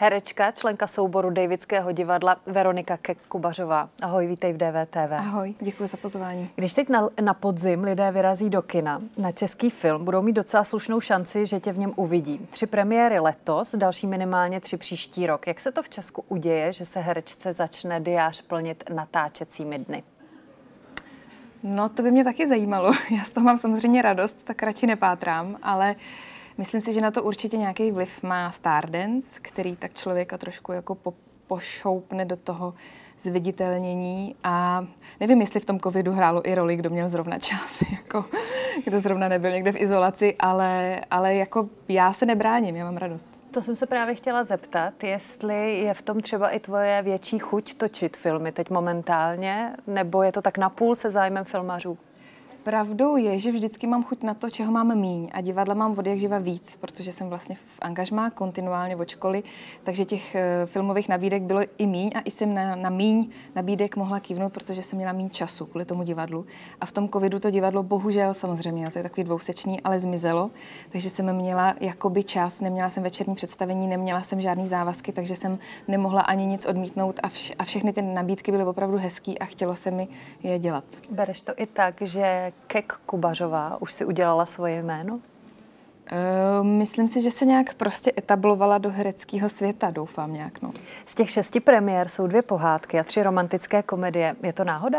Herečka, členka souboru Davidského divadla Veronika Keck-Kubařová. Ahoj, vítej v DVTV. Ahoj, děkuji za pozvání. Když teď na podzim lidé vyrazí do kina na český film, budou mít docela slušnou šanci, že tě v něm uvidí. 3 premiéry letos, další minimálně 3 příští rok. Jak se to v Česku uděje, že se herečce začne diář plnit natáčecími dny? No, to by mě taky zajímalo. Já z toho mám samozřejmě radost, tak radši nepátrám, ale myslím si, že na to určitě nějaký vliv má Stardance, který tak člověka trošku jako pošoupne do toho zviditelnění a nevím, jestli v tom covidu hrálo i roli, kdo měl zrovna čas, jako, kdo zrovna nebyl někde v izolaci, ale jako já se nebráním, já mám radost. To jsem se právě chtěla zeptat, jestli je v tom třeba i tvoje větší chuť točit filmy teď momentálně, nebo je to tak napůl se zájmem filmařů? Pravdou je, že vždycky mám chuť na to, čeho mám míň a divadla mám od jak živa víc, protože jsem vlastně v angažmá kontinuálně od školy, takže těch filmových nabídek bylo i míň a i jsem na míň nabídek mohla kývnout, protože jsem měla míň času kvůli tomu divadlu. A v tom covidu to divadlo bohužel samozřejmě, to je takový dvousečný, ale zmizelo, takže jsem měla jakoby čas, neměla jsem večerní představení, neměla jsem žádný závazky, takže jsem nemohla ani nic odmítnout a všechny ty nabídky byly opravdu hezký a chtělo se mi je dělat. Bereš to i tak, že Keck-Kubařová už si udělala svoje jméno? Myslím si, že se nějak prostě etablovala do hereckého světa, doufám nějak. No. Z těch 6 premiér jsou 2 pohádky a 3 romantické komedie. Je to náhoda?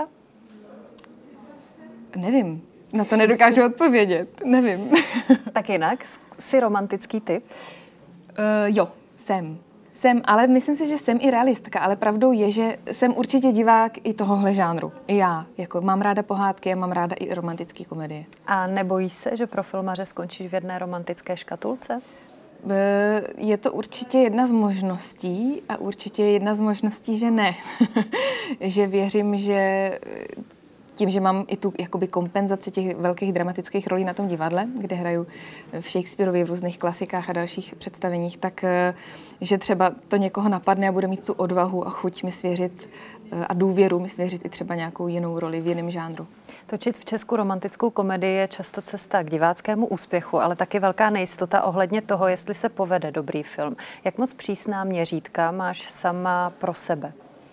Nevím. Na to nedokážu odpovědět. Nevím. Tak jinak, jsi romantický typ? Jo, jsem, ale myslím si, že jsem i realistka, ale pravdou je, že jsem určitě divák i tohohle žánru. I já. Jako, mám ráda pohádky a mám ráda i romantické komedie. A nebojíš se, že pro filmaře skončíš v jedné romantické škatulce? Je to určitě jedna z možností a určitě jedna z možností, že ne. Že věřím, že tím, že mám i tu jakoby kompenzaci těch velkých dramatických rolí na tom divadle, kde hraju v Shakespeareovi, v různých klasikách a dalších představeních, tak že třeba to někoho napadne a bude mít tu odvahu a chuť mi svěřit a důvěru mi svěřit i třeba nějakou jinou roli v jiném žánru. Točit v Česku romantickou komedii je často cesta k diváckému úspěchu, ale taky velká nejistota ohledně toho, jestli se povede dobrý film. Jak moc přísná měřítka máš sama pro sebe?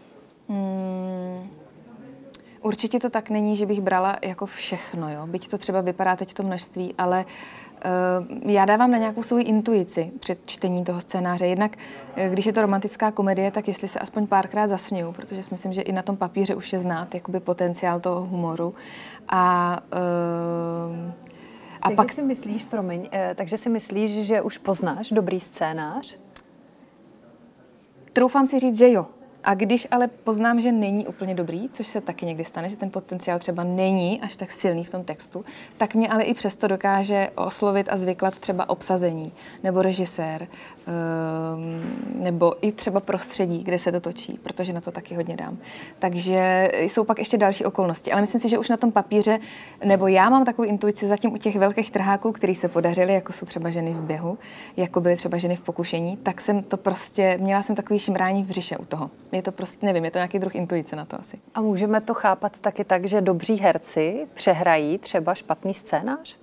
Určitě to tak není, že bych brala jako všechno, jo? Byť to třeba vypadá teď to množství, ale já dávám na nějakou svou intuici před čtení toho scénáře. Jednak, když je to romantická komedie, tak jestli se aspoň párkrát zasměju, protože si myslím, že i na tom papíře už je znát jakoby potenciál toho humoru. Takže si myslíš, že už poznáš dobrý scénář? Troufám si říct, že jo. A když ale poznám, že není úplně dobrý, což se taky někdy stane, že ten potenciál třeba není až tak silný v tom textu, tak mě ale i přesto dokáže oslovit a zvyklat třeba obsazení, nebo režisér, nebo i třeba prostředí, kde se to točí, protože na to taky hodně dám. Takže jsou pak ještě další okolnosti. Ale myslím si, že už na tom papíře, nebo já mám takovou intuici zatím u těch velkých trháků, který se podařily, jako jsou třeba Ženy v běhu, jako byly třeba Ženy v pokušení, tak jsem to prostě, měla jsem takový šimrání v břiše u toho. Je to prostě, nevím, je to nějaký druh intuice na to asi. A můžeme to chápat taky tak, že dobří herci přehrají třeba špatný scénář?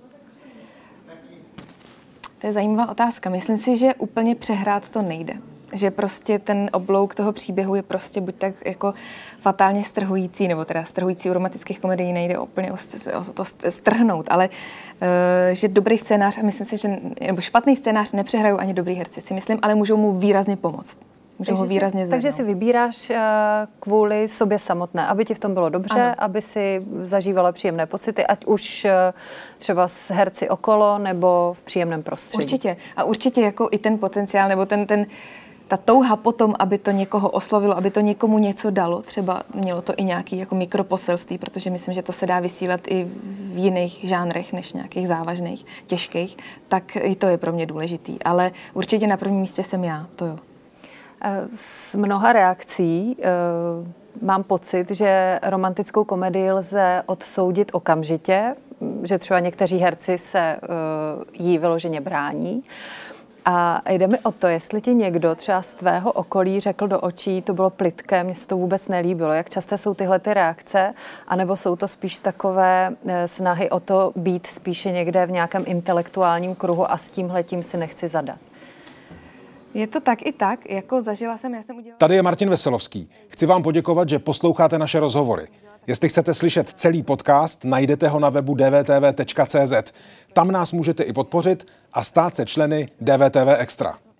To je zajímavá otázka. Myslím si, že úplně přehrát to nejde. Že prostě ten oblouk toho příběhu je prostě buď tak jako fatálně strhující, nebo teda strhující u romantických komedií nejde úplně o to strhnout, ale že dobrý scénář, a myslím si, že nebo špatný scénář nepřehrajou ani dobrý herci, si myslím, ale můžou mu výrazně pomoct. Takže si vybíráš kvůli sobě samotné, aby ti v tom bylo dobře, ano. Aby si zažívala příjemné pocity, ať už třeba s herci okolo nebo v příjemném prostředí. Určitě. A určitě jako i ten potenciál, nebo ta touha potom, aby to někoho oslovilo, aby to někomu něco dalo, třeba mělo to i nějaký jako mikroposelství, protože myslím, že to se dá vysílat i v jiných žánrech než nějakých závažných, těžkých, tak i to je pro mě důležitý. Ale určitě na prvním místě jsem já, to jo. Z mnoha reakcí mám pocit, že romantickou komedii lze odsoudit okamžitě, že třeba někteří herci se jí vyloženě brání. A jde mi o to, jestli ti někdo třeba z tvého okolí řekl do očí, to bylo plytké, mně se to vůbec nelíbilo. Jak časté jsou tyhle ty reakce, anebo jsou to spíš takové snahy o to být spíše někde v nějakém intelektuálním kruhu a s tímhletím si nechci zadat? Je to tak i tak, jako zažila jsem, já jsem udělala... Tady je Martin Veselovský. Chci vám poděkovat, že posloucháte naše rozhovory. Jestli chcete slyšet celý podcast, najdete ho na webu dvtv.cz. Tam nás můžete i podpořit a stát se členy DVTV Extra.